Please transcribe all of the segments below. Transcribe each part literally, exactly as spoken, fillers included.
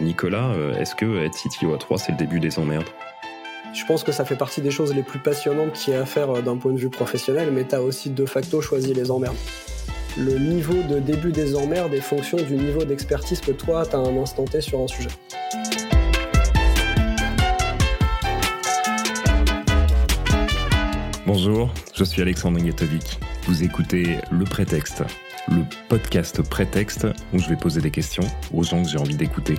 Nicolas, est-ce que être C T O à trois, c'est le début des emmerdes ? Je pense que ça fait partie des choses les plus passionnantes qu'il y a à faire d'un point de vue professionnel, mais tu as aussi de facto choisi les emmerdes. Le niveau de début des emmerdes est fonction du niveau d'expertise que toi, tu as à un instant T sur un sujet. Bonjour, je suis Alexandre Ignatovic. Vous écoutez Le Prétexte, le podcast Prétexte où je vais poser des questions aux gens que j'ai envie d'écouter.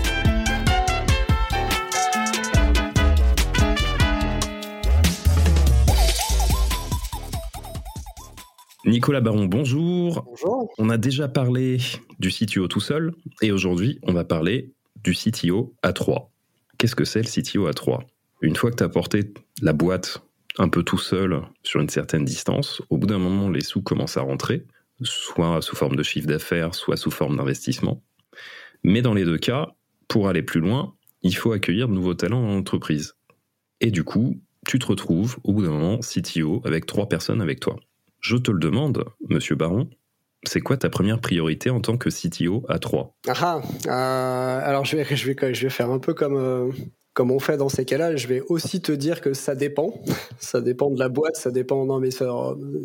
Nicolas Baron, bonjour. Bonjour. On a déjà parlé du C T O tout seul et aujourd'hui, on va parler du C T O à trois. Qu'est-ce que c'est le C T O à trois ? Une fois que tu as porté la boîte un peu tout seul sur une certaine distance, au bout d'un moment, les sous commencent à rentrer, soit sous forme de chiffre d'affaires, soit sous forme d'investissement. Mais dans les deux cas, pour aller plus loin, il faut accueillir de nouveaux talents dans l'entreprise. Et du coup, tu te retrouves, au bout d'un moment, C T O avec trois personnes avec toi. Je te le demande, monsieur Baron, c'est quoi ta première priorité en tant que C T O à trois ? Ah, euh, alors je vais, je, vais, je vais faire un peu comme... Euh... Comme on fait dans ces cas-là, je vais aussi te dire que ça dépend. Ça dépend de la boîte, ça dépend... Non, mais ça...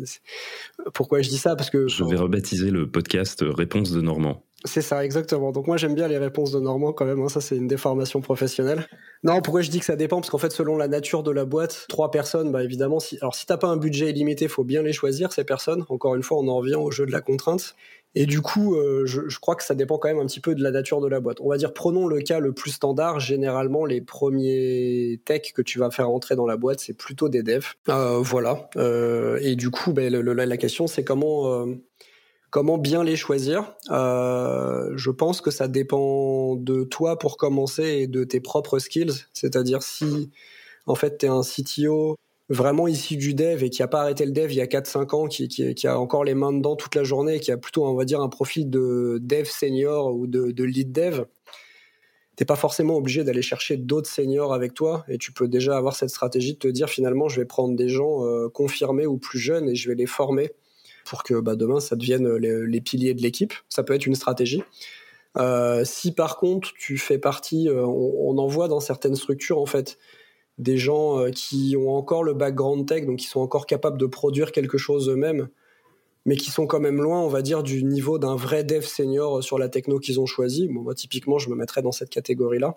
Pourquoi je dis ça ? Parce que... Je vais rebaptiser le podcast « Réponse de Normand ». C'est ça, exactement. Donc moi, j'aime bien les réponses de Normand quand même. Hein. Ça, c'est une déformation professionnelle. Non, pourquoi je dis que ça dépend ? Parce qu'en fait, selon la nature de la boîte, trois personnes, bah évidemment... Si... Alors, si t'as pas un budget illimité, il faut bien les choisir, ces personnes. Encore une fois, on en revient au jeu de la contrainte. Et du coup, euh, je, je crois que ça dépend quand même un petit peu de la nature de la boîte. On va dire, prenons le cas le plus standard. Généralement, les premiers techs que tu vas faire entrer dans la boîte, c'est plutôt des devs. Euh, voilà. Euh, et du coup, ben, le, le, la question, c'est comment, euh, comment bien les choisir. Euh, je pense que ça dépend de toi pour commencer et de tes propres skills. C'est-à-dire si, en fait, t'es un C T O vraiment issu du dev et qui a pas arrêté le dev il y a quatre cinq ans, qui, qui, qui a encore les mains dedans toute la journée, qui a plutôt, on va dire, un profil de dev senior ou de, de lead dev, t'es pas forcément obligé d'aller chercher d'autres seniors avec toi et tu peux déjà avoir cette stratégie de te dire finalement je vais prendre des gens euh, confirmés ou plus jeunes et je vais les former pour que bah, demain ça devienne les, les piliers de l'équipe. Ça peut être une stratégie. Euh, si par contre tu fais partie, euh, on, on en voit dans certaines structures en fait, des gens euh, qui ont encore le background tech, donc qui sont encore capables de produire quelque chose eux-mêmes, mais qui sont quand même loin, on va dire, du niveau d'un vrai dev senior sur la techno qu'ils ont choisi. Bon, moi, typiquement, je me mettrais dans cette catégorie-là.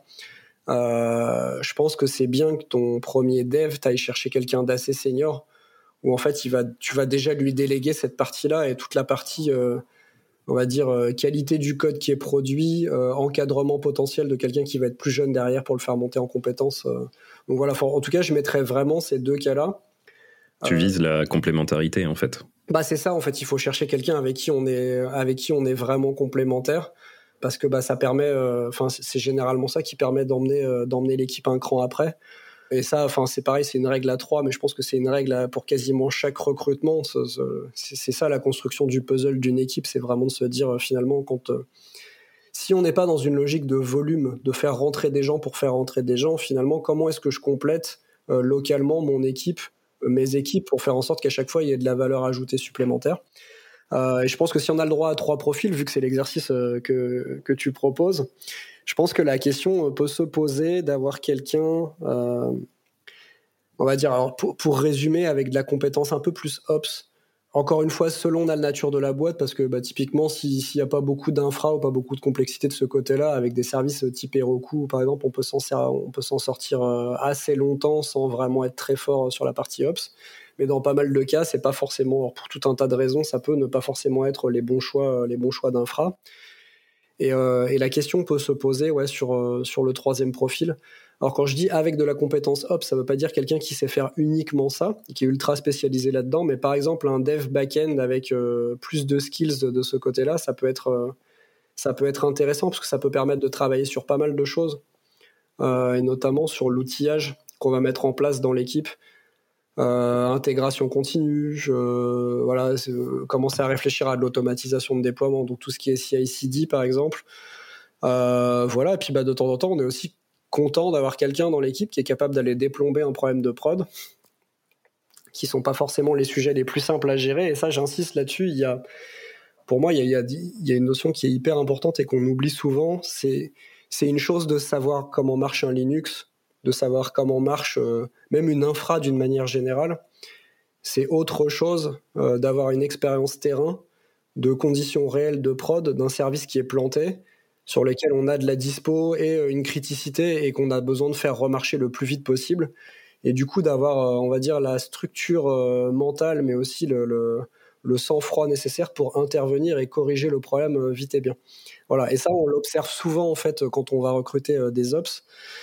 Euh, je pense que c'est bien que ton premier dev, t'ailles chercher quelqu'un d'assez senior, où en fait, il va, tu vas déjà lui déléguer cette partie-là et toute la partie... Euh, on va dire, euh, qualité du code qui est produit, euh, encadrement potentiel de quelqu'un qui va être plus jeune derrière pour le faire monter en compétences. Euh. Donc voilà, en tout cas, je mettrais vraiment ces deux cas-là. Tu euh, vises la complémentarité, en fait. Bah c'est ça, en fait, il faut chercher quelqu'un avec qui on est, avec qui on est vraiment complémentaire, parce que bah ça permet, enfin euh, c'est généralement ça qui permet d'emmener, euh, d'emmener l'équipe un cran après. Et ça, enfin, c'est pareil, c'est une règle à trois, mais je pense que c'est une règle pour quasiment chaque recrutement. C'est, c'est ça la construction du puzzle d'une équipe, c'est vraiment de se dire finalement, quand euh, si on n'est pas dans une logique de volume, de faire rentrer des gens pour faire rentrer des gens, finalement, comment est-ce que je complète euh, localement mon équipe, mes équipes, pour faire en sorte qu'à chaque fois il y ait de la valeur ajoutée supplémentaire. Euh, et je pense que si on a le droit à trois profils, vu que c'est l'exercice euh, que que tu proposes. Je pense que la question peut se poser d'avoir quelqu'un, euh, on va dire, alors pour, pour résumer, avec de la compétence un peu plus ops. Encore une fois, selon la nature de la boîte, parce que bah, typiquement, s'il si n'y a pas beaucoup d'infra ou pas beaucoup de complexité de ce côté-là, avec des services type Heroku, par exemple, on peut s'en, on peut s'en sortir assez longtemps sans vraiment être très fort sur la partie ops. Mais dans pas mal de cas, c'est pas forcément, pour tout un tas de raisons, ça peut ne pas forcément être les bons choix, les bons choix d'infra. Et, euh, et la question peut se poser ouais, sur, euh, sur le troisième profil. Alors quand je dis avec de la compétence ops, ça ne veut pas dire quelqu'un qui sait faire uniquement ça, qui est ultra spécialisé là-dedans, mais par exemple un dev back-end avec euh, plus de skills de, de ce côté-là, ça peut être, euh, ça peut être intéressant parce que ça peut permettre de travailler sur pas mal de choses, euh, et notamment sur l'outillage qu'on va mettre en place dans l'équipe. Euh, intégration continue, je, voilà, euh, commencer à réfléchir à de l'automatisation de déploiement, donc tout ce qui est C I C D par exemple. Euh, voilà, et puis bah, de temps en temps, on est aussi content d'avoir quelqu'un dans l'équipe qui est capable d'aller déplomber un problème de prod, qui sont pas forcément les sujets les plus simples à gérer. Et ça, j'insiste là-dessus. Il y a, pour moi, il y a, il y a, il y a une notion qui est hyper importante et qu'on oublie souvent, c'est c'est une chose de savoir comment marche un Linux, de savoir comment marche euh, même une infra d'une manière générale. C'est autre chose euh, d'avoir une expérience terrain, de conditions réelles de prod, d'un service qui est planté, sur lequel on a de la dispo et euh, une criticité et qu'on a besoin de faire remarcher le plus vite possible. Et du coup, d'avoir, euh, on va dire, la structure euh, mentale, mais aussi le, le, le sang-froid nécessaire pour intervenir et corriger le problème euh, vite et bien. Voilà. Et ça, on l'observe souvent, en fait, quand on va recruter euh, des ops.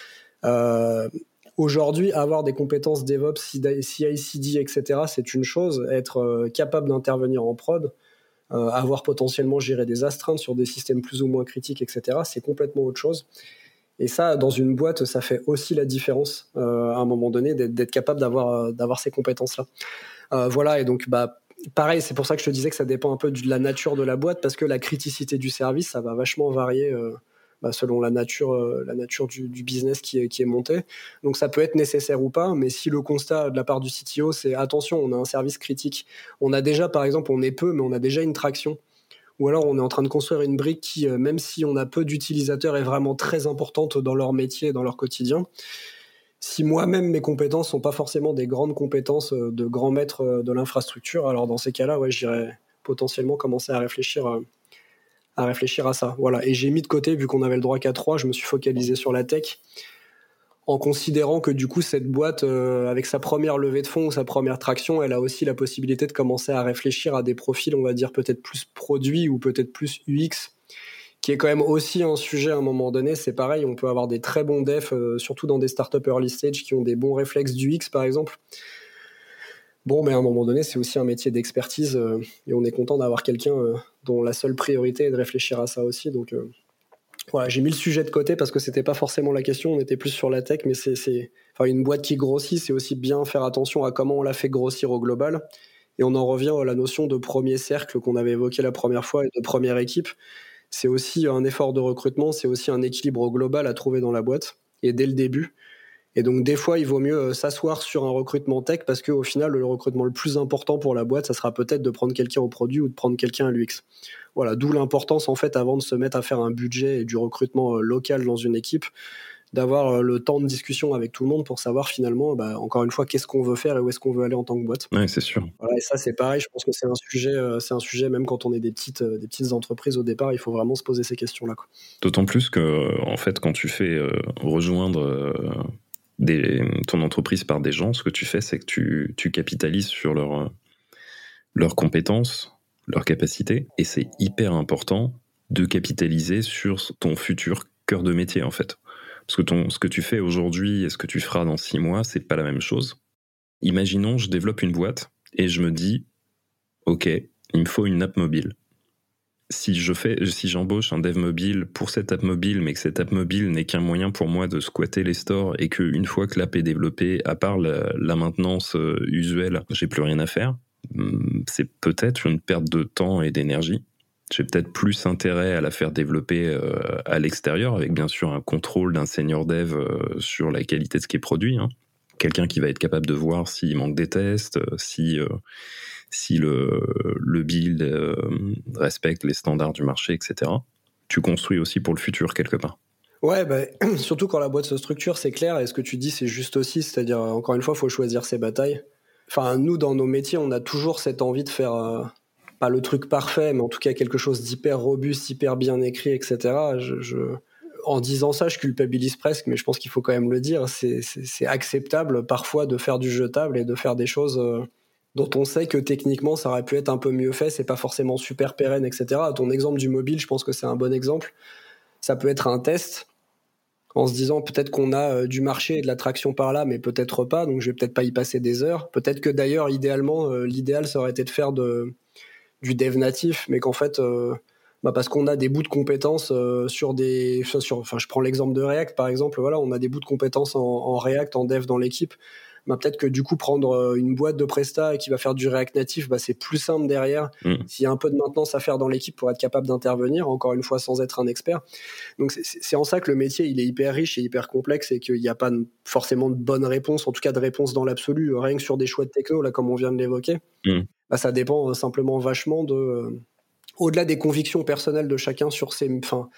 Euh, Aujourd'hui, avoir des compétences DevOps, C I C D, et cetera, c'est une chose. Être euh, capable d'intervenir en prod, euh, avoir potentiellement géré des astreintes sur des systèmes plus ou moins critiques, et cetera, c'est complètement autre chose. Et ça, dans une boîte, ça fait aussi la différence euh, à un moment donné d'être, d'être capable d'avoir, euh, d'avoir ces compétences-là. Euh, voilà, et donc, bah, pareil, c'est pour ça que je te disais que ça dépend un peu de la nature de la boîte, parce que la criticité du service, ça va vachement varier euh, bah, selon la nature, euh, la nature du, du business qui est, qui est monté. Donc ça peut être nécessaire ou pas, mais si le constat de la part du C T O, c'est attention, on a un service critique, on a déjà, par exemple, on est peu, mais on a déjà une traction, ou alors on est en train de construire une brique qui, euh, même si on a peu d'utilisateurs, est vraiment très importante dans leur métier, dans leur quotidien. Si moi-même, mes compétences sont pas forcément des grandes compétences euh, de grands maîtres euh, de l'infrastructure, alors dans ces cas-là, ouais, j'irais potentiellement commencer à réfléchir, euh, à réfléchir à ça. Voilà. Et j'ai mis de côté, vu qu'on avait le droit qu'à trois, je me suis focalisé sur la tech, en considérant que du coup, cette boîte, euh, avec sa première levée de fonds ou sa première traction, elle a aussi la possibilité de commencer à réfléchir à des profils, on va dire, peut-être plus produits ou peut-être plus U X, qui est quand même aussi un sujet à un moment donné. C'est pareil, on peut avoir des très bons devs, euh, surtout dans des startups early stage, qui ont des bons réflexes d'U X, par exemple. Bon, mais à un moment donné, c'est aussi un métier d'expertise, euh, et on est content d'avoir quelqu'un euh, dont la seule priorité est de réfléchir à ça aussi. Donc euh, voilà, j'ai mis le sujet de côté parce que c'était pas forcément la question, on était plus sur la tech, mais c'est, c'est... Enfin, une boîte qui grossit, c'est aussi bien faire attention à comment on la fait grossir au global. Et on en revient à la notion de premier cercle qu'on avait évoqué la première fois et de première équipe. C'est aussi un effort de recrutement, c'est aussi un équilibre global à trouver dans la boîte, et dès le début. Et donc, des fois, il vaut mieux s'asseoir sur un recrutement tech parce qu'au final, le recrutement le plus important pour la boîte, ça sera peut-être de prendre quelqu'un au produit ou de prendre quelqu'un à l'U X. Voilà, d'où l'importance, en fait, avant de se mettre à faire un budget et du recrutement local dans une équipe, d'avoir le temps de discussion avec tout le monde pour savoir finalement, bah, encore une fois, qu'est-ce qu'on veut faire et où est-ce qu'on veut aller en tant que boîte. Ouais, c'est sûr. Voilà, et ça, c'est pareil, je pense que c'est un sujet, c'est un sujet même quand on est des petites, des petites entreprises au départ, il faut vraiment se poser ces questions-là, quoi. D'autant plus que, en fait, quand tu fais euh, rejoindre... Euh... Des, ton entreprise par des gens, ce que tu fais, c'est que tu, tu capitalises sur leur, leurs compétences, leurs capacités, et c'est hyper important de capitaliser sur ton futur cœur de métier, en fait. Parce que ton, ce que tu fais aujourd'hui et ce que tu feras dans six mois, c'est pas la même chose. Imaginons, je développe une boîte et je me dis, ok, il me faut une app mobile. Si je fais, si j'embauche un dev mobile pour cette app mobile, mais que cette app mobile n'est qu'un moyen pour moi de squatter les stores et qu'une fois que l'app est développée, à part la, la maintenance usuelle, j'ai plus rien à faire, c'est peut-être une perte de temps et d'énergie. J'ai peut-être plus intérêt à la faire développer euh, à l'extérieur, avec bien sûr un contrôle d'un senior dev euh, sur la qualité de ce qui est produit. Hein. Quelqu'un qui va être capable de voir s'il manque des tests, si... Euh, si le, le build euh, respecte les standards du marché, et cetera. Tu construis aussi pour le futur quelque part. Ouais, bah, surtout quand la boîte se structure, c'est clair, et ce que tu dis, c'est juste aussi, c'est-à-dire, encore une fois, il faut choisir ses batailles. Enfin, nous, dans nos métiers, on a toujours cette envie de faire, euh, pas le truc parfait, mais en tout cas quelque chose d'hyper robuste, hyper bien écrit, et cetera. Je, je... En disant ça, je culpabilise presque, mais je pense qu'il faut quand même le dire, c'est, c'est, c'est acceptable parfois de faire du jetable et de faire des choses... Euh, dont on sait que techniquement ça aurait pu être un peu mieux fait, c'est pas forcément super pérenne, et cetera. Ton exemple du mobile, je pense que c'est un bon exemple. Ça peut être un test, en se disant peut-être qu'on a du marché et de l'attraction par là, mais peut-être pas, donc je vais peut-être pas y passer des heures. Peut-être que d'ailleurs, idéalement, euh, l'idéal ça aurait été de faire de, du dev natif, mais qu'en fait, euh, bah parce qu'on a des bouts de compétences euh, sur des... Sur, enfin, je prends l'exemple de React, par exemple, voilà, on a des bouts de compétences en, en React, en dev dans l'équipe. Bah, peut-être que du coup prendre une boîte de presta qui va faire du React Native, bah, c'est plus simple derrière, mmh. S'il y a un peu de maintenance à faire dans l'équipe pour être capable d'intervenir, encore une fois sans être un expert. Donc c'est, c'est en ça que le métier il est hyper riche et hyper complexe, et qu'il n'y a pas forcément de bonne réponse, en tout cas de réponse dans l'absolu, rien que sur des choix de techno là comme on vient de l'évoquer. Mmh. Bah, ça dépend simplement vachement de euh, au-delà des convictions personnelles de chacun sur ses, enfin,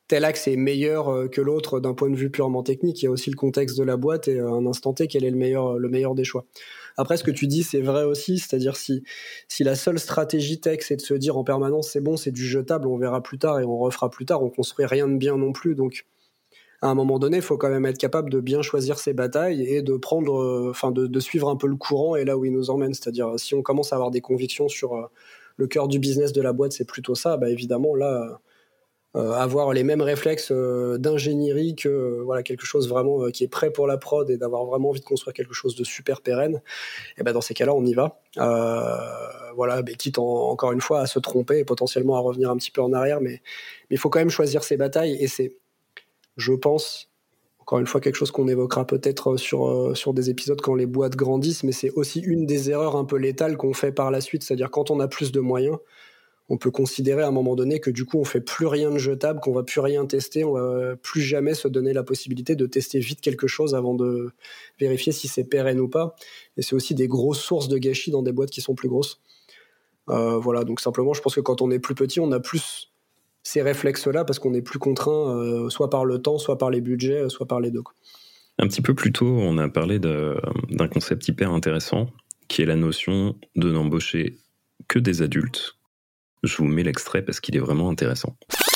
tel axe est meilleur que l'autre d'un point de vue purement technique. Il y a aussi le contexte de la boîte et un instant T, quel est le meilleur, le meilleur des choix. Après, ce que tu dis, c'est vrai aussi, c'est-à-dire si, si la seule stratégie tech, c'est de se dire en permanence, c'est bon, c'est du jetable, on verra plus tard et on refera plus tard, on construit rien de bien non plus. Donc, à un moment donné, il faut quand même être capable de bien choisir ses batailles et de prendre, enfin, de, de suivre un peu le courant et là où il nous emmène. C'est-à-dire, si on commence à avoir des convictions sur euh, le cœur du business de la boîte, c'est plutôt ça, bah évidemment, là, Euh, avoir les mêmes réflexes euh, d'ingénierie que euh, voilà, quelque chose vraiment euh, qui est prêt pour la prod et d'avoir vraiment envie de construire quelque chose de super pérenne, et ben dans ces cas-là, on y va. Euh, voilà, mais quitte en, encore une fois à se tromper et potentiellement à revenir un petit peu en arrière, mais il faut quand même choisir ses batailles et c'est, je pense, encore une fois, quelque chose qu'on évoquera peut-être sur, euh, sur des épisodes quand les boîtes grandissent, mais c'est aussi une des erreurs un peu létales qu'on fait par la suite, c'est-à-dire quand on a plus de moyens, on peut considérer à un moment donné que du coup on fait plus rien de jetable, qu'on va plus rien tester, on va plus jamais se donner la possibilité de tester vite quelque chose avant de vérifier si c'est pérenne ou pas. Et c'est aussi des grosses sources de gâchis dans des boîtes qui sont plus grosses. Euh, voilà, donc simplement je pense que quand on est plus petit, on a plus ces réflexes-là parce qu'on est plus contraint euh, soit par le temps, soit par les budgets, soit par les deux. Un petit peu plus tôt, on a parlé de, d'un concept hyper intéressant qui est la notion de n'embaucher que des adultes. Je vous mets l'extrait parce qu'il est vraiment intéressant.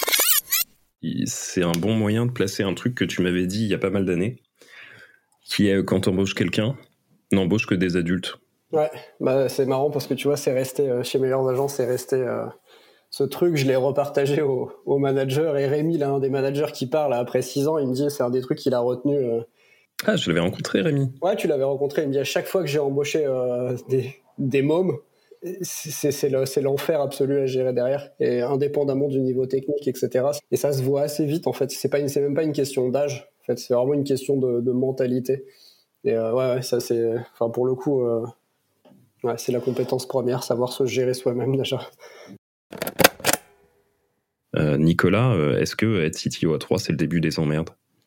C'est un bon moyen de placer un truc que tu m'avais dit il y a pas mal d'années, qui est quand on embauche quelqu'un, n'embauche que des adultes. Ouais, bah c'est marrant parce que tu vois, c'est resté euh, chez Meilleurs Agents, c'est resté euh, ce truc, je l'ai repartagé au, au manager et Rémi, là, un des managers qui parle après six ans, il me dit c'est un des trucs qu'il a retenu. Euh... Ah, je l'avais rencontré, Rémi. Ouais, tu l'avais rencontré. Il me dit à chaque fois que j'ai embauché euh, des, des mômes, c'est, c'est, le, c'est l'enfer absolu à gérer derrière, et indépendamment du niveau technique, et cetera. Et ça se voit assez vite, en fait. C'est, pas une, c'est même pas une question d'âge, en fait. C'est vraiment une question de, de mentalité. Et euh, ouais, ouais, ça c'est... Enfin, pour le coup, euh, ouais, c'est la compétence première, savoir se gérer soi-même, déjà. Euh, Nicolas, est-ce que être C T O à trois, c'est le début des emmerdes ?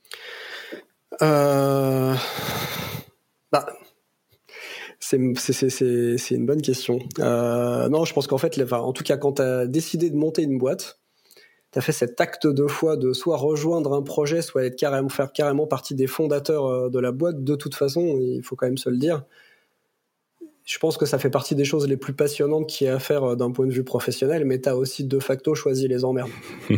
Euh... Bah... C'est, c'est, c'est, c'est, c'est une bonne question. Euh, non, je pense qu'en fait, les, enfin, en tout cas, quand tu as décidé de monter une boîte, tu as fait cet acte de foi de soit rejoindre un projet, soit être carrément, faire carrément partie des fondateurs de la boîte. De toute façon, il faut quand même se le dire. Je pense que ça fait partie des choses les plus passionnantes qu'il y a à faire d'un point de vue professionnel, mais tu as aussi de facto choisi les emmerdes.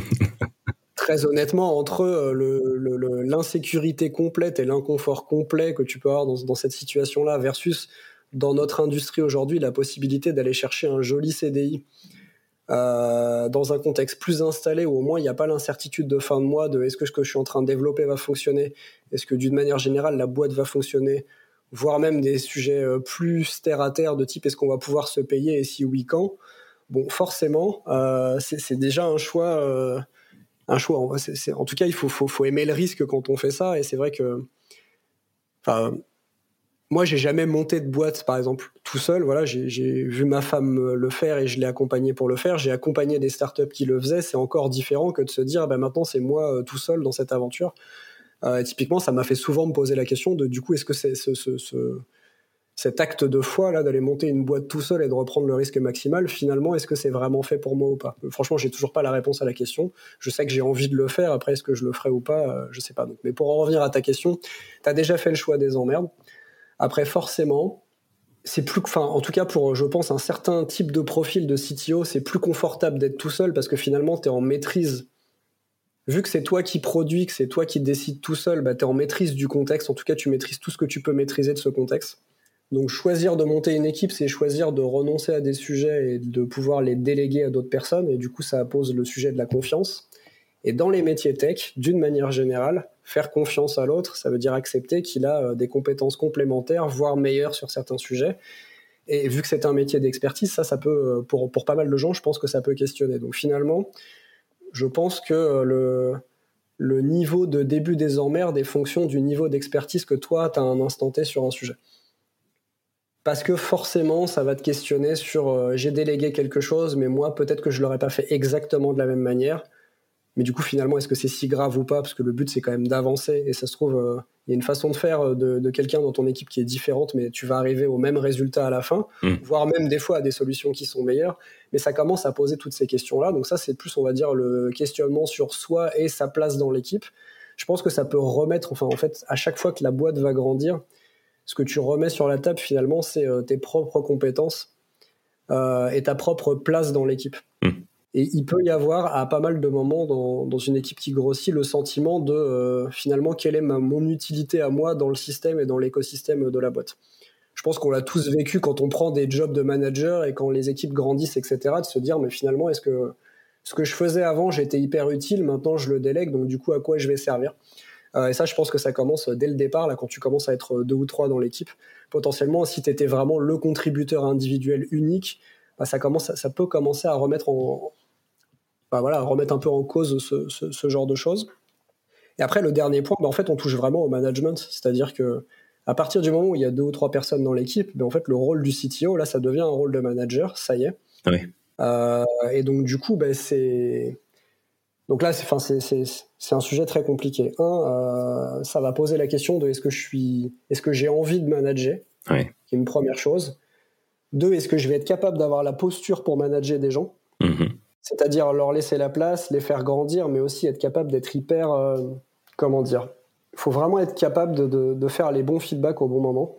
Très honnêtement, entre le, le, le, l'insécurité complète et l'inconfort complet que tu peux avoir dans, dans cette situation-là versus dans notre industrie aujourd'hui, la possibilité d'aller chercher un joli C D I euh, dans un contexte plus installé où au moins il n'y a pas l'incertitude de fin de mois de est-ce que ce que je suis en train de développer va fonctionner, est-ce que d'une manière générale la boîte va fonctionner, voire même des sujets plus terre à terre de type est-ce qu'on va pouvoir se payer et si oui quand. Bon, forcément, euh, c'est, c'est déjà un choix... Euh, un choix. C'est, c'est, en tout cas, il faut, faut, faut aimer le risque quand on fait ça. Et c'est vrai que, enfin, moi, j'ai jamais monté de boîte, par exemple, tout seul. Voilà, j'ai, j'ai vu ma femme le faire et je l'ai accompagné pour le faire. J'ai accompagné des startups qui le faisaient. C'est encore différent que de se dire, bah, maintenant, c'est moi euh, tout seul dans cette aventure. Euh, typiquement, ça m'a fait souvent me poser la question de, du coup, est-ce que c'est ce, ce, ce cet acte de foi là d'aller monter une boîte tout seul et de reprendre le risque maximal, finalement, est-ce que c'est vraiment fait pour moi ou pas ? Franchement, j'ai toujours pas la réponse à la question. Je sais que j'ai envie de le faire. Après, est-ce que je le ferai ou pas ? euh, Je sais pas. Donc, mais pour en revenir à ta question, t'as déjà fait le choix des emmerdes. Après, forcément, c'est plus, enfin, en tout cas pour, je pense, un certain type de profil de C T O, c'est plus confortable d'être tout seul parce que finalement, t'es en maîtrise. Vu que c'est toi qui produis, que c'est toi qui décides tout seul, bah, t'es en maîtrise du contexte. En tout cas, tu maîtrises tout ce que tu peux maîtriser de ce contexte. Donc choisir de monter une équipe, c'est choisir de renoncer à des sujets et de pouvoir les déléguer à d'autres personnes. Et du coup, ça pose le sujet de la confiance. Et dans les métiers tech, d'une manière générale, faire confiance à l'autre, ça veut dire accepter qu'il a des compétences complémentaires, voire meilleures sur certains sujets. Et vu que c'est un métier d'expertise, ça, ça peut, pour, pour pas mal de gens, je pense que ça peut questionner. Donc finalement, je pense que le, le niveau de début des emmerdes est fonction du niveau d'expertise que toi, tu as à un instant T sur un sujet. Parce que forcément, ça va te questionner sur euh, j'ai délégué quelque chose, mais moi, peut-être que je ne l'aurais pas fait exactement de la même manière. Mais du coup, finalement, est-ce que c'est si grave ou pas? Parce que le but, c'est quand même d'avancer. Et ça se trouve, il euh, y a une façon de faire de, de quelqu'un dans ton équipe qui est différente, mais tu vas arriver au même résultat à la fin, mmh. voire même des fois à des solutions qui sont meilleures. Mais ça commence à poser toutes ces questions-là. Donc ça, c'est plus, on va dire, le questionnement sur soi et sa place dans l'équipe. Je pense que ça peut remettre, enfin, en fait, à chaque fois que la boîte va grandir, ce que tu remets sur la table, finalement, c'est euh, tes propres compétences euh, et ta propre place dans l'équipe. Mmh. Et il peut y avoir, à pas mal de moments dans, dans une équipe qui grossit, le sentiment de, euh, finalement, quelle est ma, mon utilité à moi dans le système et dans l'écosystème de la boîte. Je pense qu'on l'a tous vécu quand on prend des jobs de manager et quand les équipes grandissent, et cetera, de se dire, mais finalement, est-ce que ce que je faisais avant, j'étais hyper utile, maintenant je le délègue, donc du coup, à quoi je vais servir ? euh, Et ça, je pense que ça commence dès le départ, là, quand tu commences à être deux ou trois dans l'équipe. Potentiellement, si tu étais vraiment le contributeur individuel unique, bah, ça, commence, ça peut commencer à remettre en... Bah voilà, remettre un peu en cause ce, ce, ce genre de choses. Et après, le dernier point, bah en fait, on touche vraiment au management. C'est-à-dire que à partir du moment où il y a deux ou trois personnes dans l'équipe, bah en fait, le rôle du C T O, là, ça devient un rôle de manager, ça y est. Oui. Euh, et donc, du coup, bah, c'est... Donc là, c'est, enfin, c'est, c'est, c'est un sujet très compliqué. Un, euh, ça va poser la question de est-ce que je suis... Est-ce que j'ai envie de manager ? Oui. Qui est une première chose. Deux, est-ce que je vais être capable d'avoir la posture pour manager des gens ? Mm-hmm. C'est-à-dire leur laisser la place, les faire grandir, mais aussi être capable d'être hyper... Euh, comment dire ? Il faut vraiment être capable de, de, de faire les bons feedbacks au bon moment.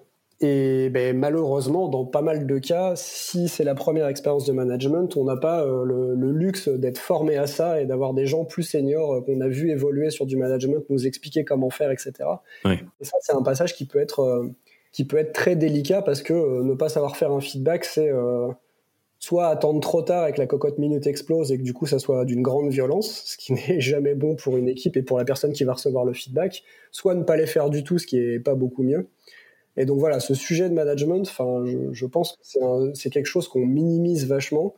Et ben, malheureusement, dans pas mal de cas, si c'est la première expérience de management, on n'a pas euh, le, le luxe d'être formé à ça et d'avoir des gens plus seniors euh, qu'on a vu évoluer sur du management, nous expliquer comment faire, et cetera. Oui. Et ça, c'est un passage qui peut être, euh, qui peut être très délicat parce que euh, ne pas savoir faire un feedback, c'est... Euh, soit attendre trop tard et que la cocotte minute explose et que du coup ça soit d'une grande violence, ce qui n'est jamais bon pour une équipe et pour la personne qui va recevoir le feedback, soit ne pas les faire du tout, ce qui est pas beaucoup mieux. Et donc voilà, ce sujet de management, enfin, je, je pense que c'est, un, c'est quelque chose qu'on minimise vachement.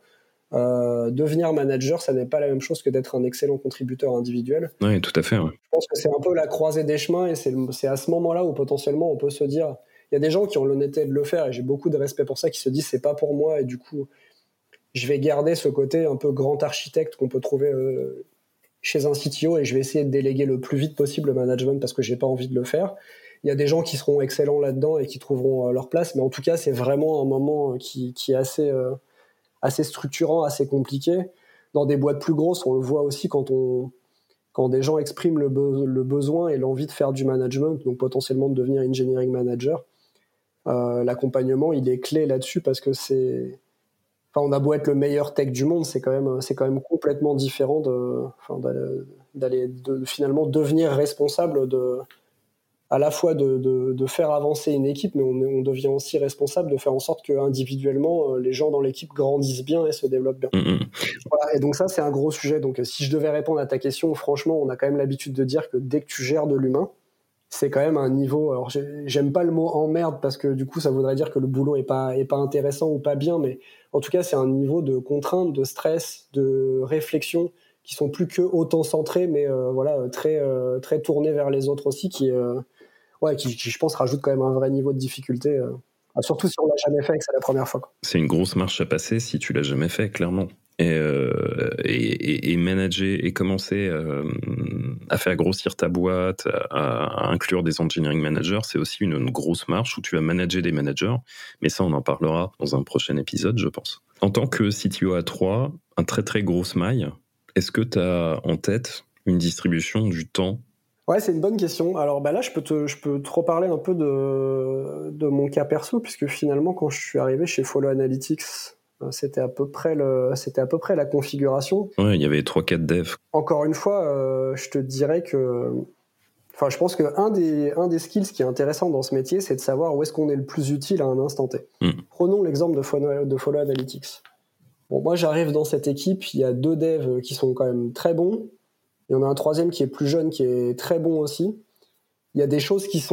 Euh, devenir manager, ça n'est pas la même chose que d'être un excellent contributeur individuel. Oui, tout à fait. Ouais. Je pense que c'est un peu la croisée des chemins et c'est, c'est à ce moment-là où potentiellement on peut se dire, il y a des gens qui ont l'honnêteté de le faire et j'ai beaucoup de respect pour ça, qui se disent c'est pas pour moi et du coup je vais garder ce côté un peu grand architecte qu'on peut trouver euh, chez un C T O et je vais essayer de déléguer le plus vite possible le management parce que j'ai pas envie de le faire. Il y a des gens qui seront excellents là-dedans et qui trouveront euh, leur place, mais en tout cas, c'est vraiment un moment qui, qui est assez, euh, assez structurant, assez compliqué. Dans des boîtes plus grosses, on le voit aussi quand, on, quand des gens expriment le, be- le besoin et l'envie de faire du management, donc potentiellement de devenir engineering manager. Euh, l'accompagnement, il est clé là-dessus parce que c'est... Enfin, on a beau être le meilleur tech du monde, c'est quand même, c'est quand même complètement différent de, enfin, d'aller, d'aller de, finalement devenir responsable de, à la fois de, de, de faire avancer une équipe, mais on, on devient aussi responsable de faire en sorte que individuellement les gens dans l'équipe grandissent bien et se développent bien. Mm-hmm. Voilà, et donc ça, c'est un gros sujet. Donc, si je devais répondre à ta question, franchement, on a quand même l'habitude de dire que dès que tu gères de l'humain, c'est quand même un niveau... Alors, j'aime pas le mot emmerde parce que du coup, ça voudrait dire que le boulot est pas, est pas intéressant ou pas bien, mais en tout cas, c'est un niveau de contrainte, de stress, de réflexion qui sont plus que autant-centrés, mais euh, voilà, très, euh, très tournés vers les autres aussi, qui, euh, ouais, qui, qui, je pense, rajoute quand même un vrai niveau de difficulté, euh, surtout si on l'a jamais fait et que c'est la première fois, quoi. C'est une grosse marche à passer si tu l'as jamais fait, clairement. Et, euh, et, et, et manager et commencer euh, à faire grossir ta boîte, à, à inclure des engineering managers, c'est aussi une, une grosse marche où tu vas manager des managers. Mais ça, on en parlera dans un prochain épisode, je pense. En tant que C T O A trois, un très très grosse maille, est-ce que tu as en tête une distribution du temps ? Ouais, c'est une bonne question. Alors bah là, je peux te, je peux te reparler un peu de, de mon cas perso, puisque finalement, quand je suis arrivé chez Follow Analytics, c'était à peu près le, c'était à peu près la configuration. Ouais, il y avait trois quatre devs. Encore une fois, euh, je te dirais que, enfin, je pense que un des, un des skills qui est intéressant dans ce métier, c'est de savoir où est-ce qu'on est le plus utile à un instant T. Mm. Prenons l'exemple de Follow, de Follow Analytics. Bon, moi, j'arrive dans cette équipe, il y a deux devs qui sont quand même très bons. Il y en a un troisième qui est plus jeune, qui est très bon aussi. Il y a des choses qui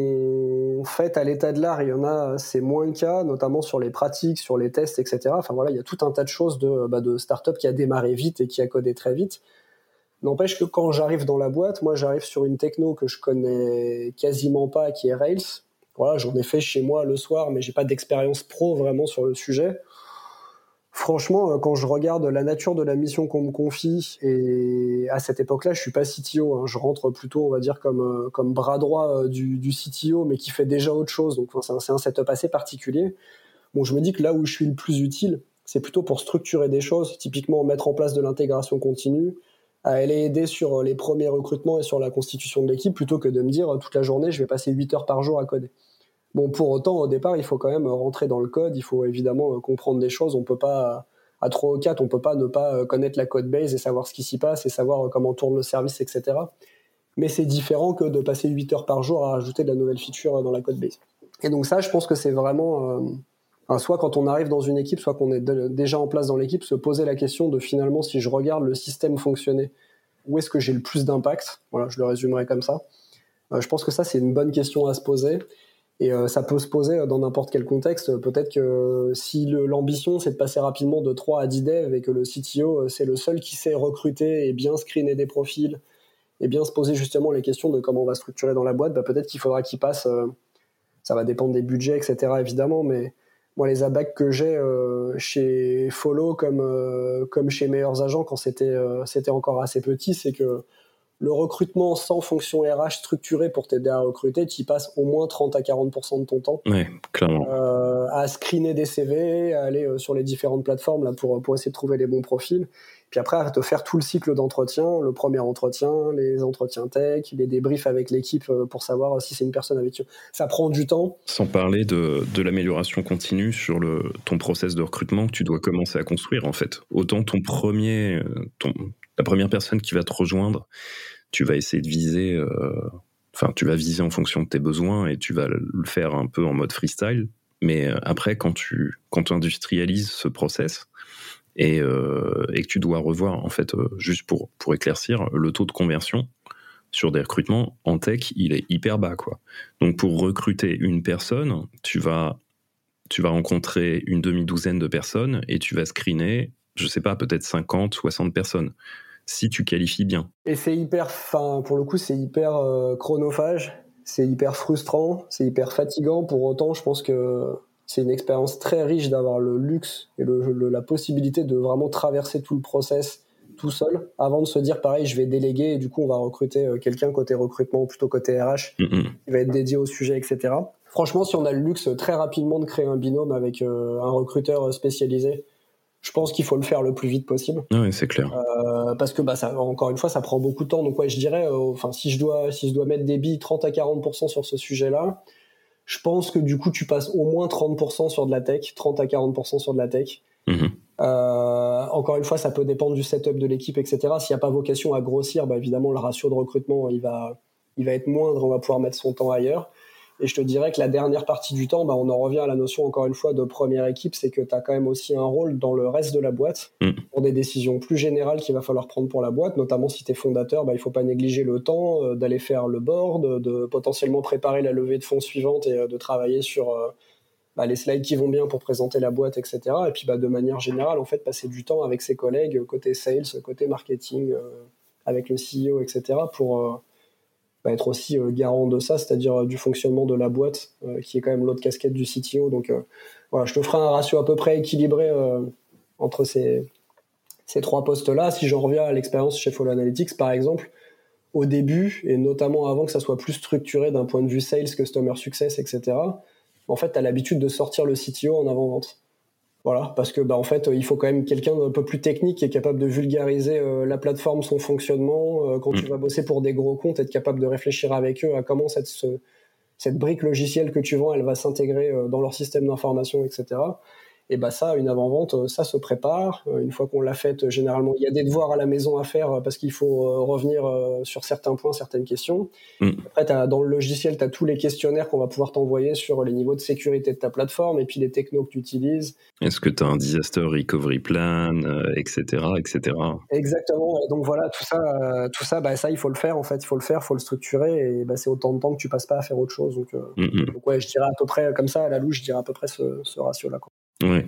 sont faites à l'état de l'art, il y en a, c'est moins le cas, notamment sur les pratiques, sur les tests, et cetera. Enfin voilà, il y a tout un tas de choses de, bah, de start-up qui a démarré vite et qui a codé très vite. N'empêche que quand j'arrive dans la boîte, moi j'arrive sur une techno que je connais quasiment pas, qui est Rails. Voilà, j'en ai fait chez moi le soir, mais j'ai pas d'expérience pro vraiment sur le sujet. Franchement, quand je regarde la nature de la mission qu'on me confie, et à cette époque-là, je suis pas C T O, hein, je rentre plutôt, on va dire, comme, comme bras droit du, du C T O, mais qui fait déjà autre chose, donc c'est un, c'est un setup assez particulier. Bon, je me dis que là où je suis le plus utile, c'est plutôt pour structurer des choses, typiquement mettre en place de l'intégration continue, à aller aider sur les premiers recrutements et sur la constitution de l'équipe, plutôt que de me dire toute la journée, je vais passer huit heures par jour à coder. Bon, pour autant, au départ, il faut quand même rentrer dans le code, il faut évidemment comprendre des choses. On peut pas, à trois ou quatre, on peut pas ne pas connaître la code base et savoir ce qui s'y passe et savoir comment tourne le service, et cetera. Mais c'est différent que de passer huit heures par jour à rajouter de la nouvelle feature dans la code base. Et donc ça, je pense que c'est vraiment, euh, enfin, soit quand on arrive dans une équipe, soit qu'on est de, déjà en place dans l'équipe, se poser la question de finalement, si je regarde le système fonctionner, où est-ce que j'ai le plus d'impact? Voilà, je le résumerai comme ça. Euh, je pense que ça, c'est une bonne question à se poser. Et euh, ça peut se poser dans n'importe quel contexte. Peut-être que si le, l'ambition, c'est de passer rapidement de trois à dix devs et que le C T O, c'est le seul qui sait recruter et bien screener des profils et bien se poser justement les questions de comment on va structurer dans la boîte, bah peut-être qu'il faudra qu'il passe, euh, ça va dépendre des budgets, et cetera évidemment, mais moi les abacs que j'ai euh, chez Follow comme, euh, comme chez Meilleurs Agents quand c'était, euh, c'était encore assez petit, c'est que le recrutement sans fonction R H structurée pour t'aider à recruter, tu y passes au moins trente à quarante pour cent de ton temps. Ouais, clairement. Euh, à screener des C V, à aller euh, sur les différentes plateformes là, pour, pour essayer de trouver les bons profils. Puis après, à te faire tout le cycle d'entretien, le premier entretien, les entretiens tech, les débriefs avec l'équipe pour savoir si c'est une personne avec qui... Ça prend du temps. Sans parler de, de l'amélioration continue sur le, ton process de recrutement que tu dois commencer à construire, en fait. Autant ton premier... Ton, la première personne qui va te rejoindre, tu vas essayer de viser... Euh, enfin, tu vas viser en fonction de tes besoins et tu vas le faire un peu en mode freestyle. Mais après, quand tu, quand tu industrialises ce process... Et, euh, et que tu dois revoir, en fait, euh, juste pour, pour éclaircir, le taux de conversion sur des recrutements en tech, il est hyper bas, quoi. Donc, pour recruter une personne, tu vas, tu vas rencontrer une demi-douzaine de personnes et tu vas screener, je sais pas, peut-être cinquante, soixante personnes, si tu qualifies bien. Et c'est hyper, enfin, pour le coup, c'est hyper euh, chronophage, c'est hyper frustrant, c'est hyper fatigant. Pour autant, je pense que c'est une expérience très riche d'avoir le luxe et le, le, la possibilité de vraiment traverser tout le process tout seul avant de se dire pareil, je vais déléguer et du coup on va recruter quelqu'un côté recrutement ou plutôt côté R H mm-hmm. qui va être dédié au sujet, et cetera. Franchement, si on a le luxe très rapidement de créer un binôme avec euh, un recruteur spécialisé, je pense qu'il faut le faire le plus vite possible. Oui, c'est clair. Euh, parce que bah ça, encore une fois, ça prend beaucoup de temps. Donc ouais, je dirais, enfin euh, si je dois si je dois mettre des billes trente à quarante pour cent sur ce sujet-là. Je pense que du coup, tu passes au moins trente pour cent sur de la tech, trente à quarante pour cent sur de la tech. Mmh. Euh, encore une fois, ça peut dépendre du setup de l'équipe, et cetera. S'il n'y a pas vocation à grossir, bah évidemment, le ratio de recrutement, il va, il va être moindre, on va pouvoir mettre son temps ailleurs. Et je te dirais que la dernière partie du temps, bah, on en revient à la notion, encore une fois, de première équipe, c'est que tu as quand même aussi un rôle dans le reste de la boîte mmh. pour des décisions plus générales qu'il va falloir prendre pour la boîte, notamment si tu es fondateur, bah, il ne faut pas négliger le temps euh, d'aller faire le board, de potentiellement préparer la levée de fonds suivante et euh, de travailler sur euh, bah, les slides qui vont bien pour présenter la boîte, et cetera. Et puis bah, de manière générale, en fait, passer du temps avec ses collègues, côté sales, côté marketing, euh, avec le C E O, et cetera, pour... Euh, va être aussi euh, garant de ça, c'est-à-dire euh, du fonctionnement de la boîte, euh, qui est quand même l'autre casquette du C T O. Donc euh, voilà, je te ferai un ratio à peu près équilibré euh, entre ces, ces trois postes-là. Si j'en reviens à l'expérience chez Follow Analytics, par exemple, au début, et notamment avant que ça soit plus structuré d'un point de vue sales, customer success, et cetera, en fait, tu as l'habitude de sortir le C T O en avant-vente. Voilà, parce que bah en fait, il faut quand même quelqu'un d'un peu plus technique qui est capable de vulgariser euh, la plateforme, son fonctionnement. Euh, quand mmh. tu vas bosser pour des gros comptes, être capable de réfléchir avec eux à comment cette, ce, cette brique logicielle que tu vends, elle va s'intégrer euh, dans leur système d'information, et cetera. Et bah ça, une avant-vente, ça se prépare. Une fois qu'on l'a faite, généralement, il y a des devoirs à la maison à faire parce qu'il faut revenir sur certains points, certaines questions. Mm. Après, t'as, dans le logiciel, tu as tous les questionnaires qu'on va pouvoir t'envoyer sur les niveaux de sécurité de ta plateforme et puis les technos que tu utilises. Est-ce que tu as un disaster recovery plan, euh, et cetera, et cetera. Exactement. Et donc voilà, tout ça, euh, tout ça, bah, ça, il faut le faire. En fait, il faut le faire, il faut le structurer. Et bah, c'est autant de temps que tu passes pas à faire autre chose. Donc, euh, mm-hmm. donc ouais, je dirais à peu près comme ça, à la louche, je dirais à peu près ce, ce ratio-là, quoi. Ouais,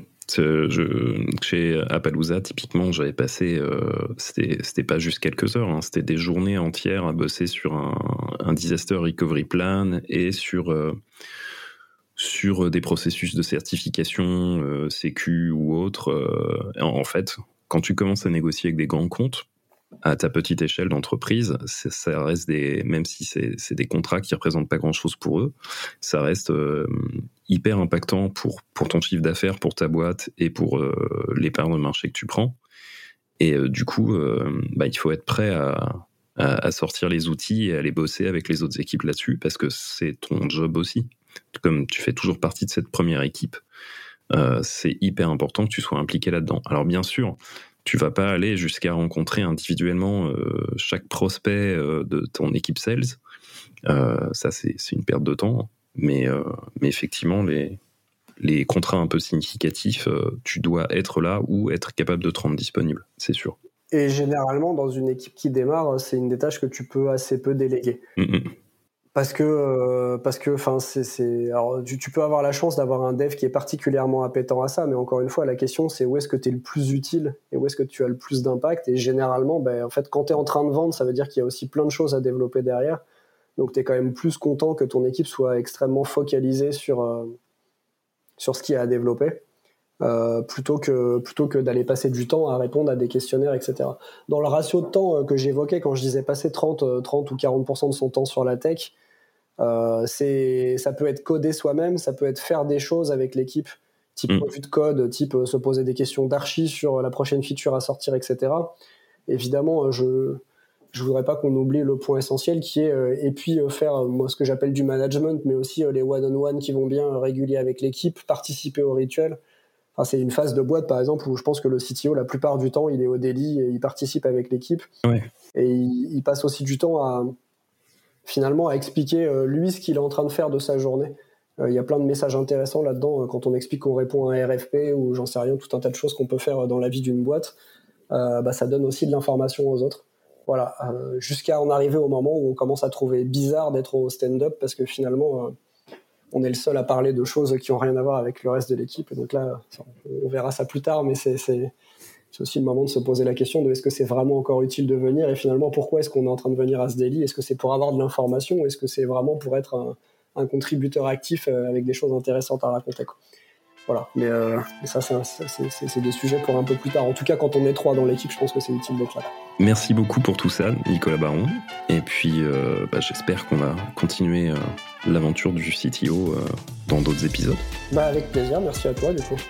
je, chez Appaloosa, typiquement, j'avais passé, euh, c'était, c'était pas juste quelques heures, hein, c'était des journées entières à bosser sur un, un disaster recovery plan et sur, euh, sur des processus de certification, euh, sécu ou autre. Euh, en fait, quand tu commences à négocier avec des grands comptes, à ta petite échelle d'entreprise, ça reste des, même si c'est, c'est des contrats qui représentent pas grand-chose pour eux, ça reste euh, hyper impactant pour, pour ton chiffre d'affaires, pour ta boîte et pour euh, les parts de marché que tu prends. Et euh, du coup, euh, bah, il faut être prêt à, à, à sortir les outils et à aller bosser avec les autres équipes là-dessus, parce que c'est ton job aussi. Comme tu fais toujours partie de cette première équipe, euh, c'est hyper important que tu sois impliqué là-dedans. Alors bien sûr, tu vas pas aller jusqu'à rencontrer individuellement euh, chaque prospect euh, de ton équipe sales. Euh, ça, c'est, c'est une perte de temps. Mais, euh, mais effectivement, les, les contrats un peu significatifs, euh, tu dois être là ou être capable de te rendre disponible, c'est sûr. Et généralement, dans une équipe qui démarre, c'est une des tâches que tu peux assez peu déléguer. Mm-mm. Parce que, euh, parce que, enfin, c'est, c'est, alors, tu, tu peux avoir la chance d'avoir un dev qui est particulièrement appétent à ça, mais encore une fois, la question, c'est où est-ce que tu es le plus utile et où est-ce que tu as le plus d'impact. Et généralement, ben, en fait, quand tu es en train de vendre, ça veut dire qu'il y a aussi plein de choses à développer derrière. Donc, tu es quand même plus content que ton équipe soit extrêmement focalisée sur, euh, sur ce qu'il y a à développer, euh, plutôt que, plutôt que d'aller passer du temps à répondre à des questionnaires, et cetera. Dans le ratio de temps que j'évoquais quand je disais passer trente, trente ou quarante pour cent de son temps sur la tech, Euh, c'est, ça peut être coder soi-même, ça peut être faire des choses avec l'équipe, type mmh. revue de code, type euh, se poser des questions d'archi sur la prochaine feature à sortir, et cetera. Évidemment, je je voudrais pas qu'on oublie le point essentiel qui est euh, et puis euh, faire euh, moi ce que j'appelle du management, mais aussi euh, les one-on-one qui vont bien euh, régulier avec l'équipe, participer au rituel. Enfin, c'est une phase de boîte par exemple où je pense que le C T O la plupart du temps il est au daily et il participe avec l'équipe. Ouais. Et il, il passe aussi du temps à finalement à expliquer euh, lui ce qu'il est en train de faire de sa journée. Il euh, y a plein de messages intéressants là-dedans euh, quand on explique qu'on répond à un R F P ou j'en sais rien, tout un tas de choses qu'on peut faire dans la vie d'une boîte. Euh, bah, ça donne aussi de l'information aux autres. Voilà, euh, jusqu'à en arriver au moment où on commence à trouver bizarre d'être au stand-up parce que finalement euh, on est le seul à parler de choses qui n'ont rien à voir avec le reste de l'équipe. Et donc là, ça, on verra ça plus tard, mais c'est, c'est C'est aussi le moment de se poser la question de est-ce que c'est vraiment encore utile de venir et finalement pourquoi est-ce qu'on est en train de venir à ce daily? Est-ce que c'est pour avoir de l'information ou est-ce que c'est vraiment pour être un, un contributeur actif avec des choses intéressantes à raconter, quoi. Voilà, mais, euh, mais ça c'est, un, c'est, c'est, c'est des sujets pour un peu plus tard. En tout cas, quand on est trois dans l'équipe, je pense que c'est utile d'être là. Merci beaucoup pour tout ça, Nicolas Baron. Et puis, euh, bah, j'espère qu'on va continuer euh, l'aventure du C T O euh, dans d'autres épisodes. Bah, avec plaisir, merci à toi du coup.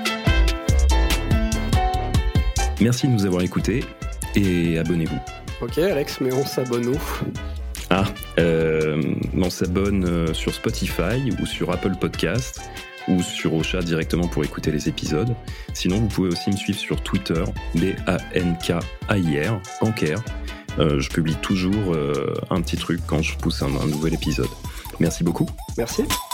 Merci de nous avoir écoutés et abonnez-vous. Ok Alex, mais on s'abonne où? Ah, euh, on s'abonne sur Spotify ou sur Apple Podcast ou sur Ocha directement pour écouter les épisodes. Sinon, vous pouvez aussi me suivre sur Twitter, B A N K A I R, Bancaire. Euh, je publie toujours euh, un petit truc quand je pousse un, un nouvel épisode. Merci beaucoup. Merci.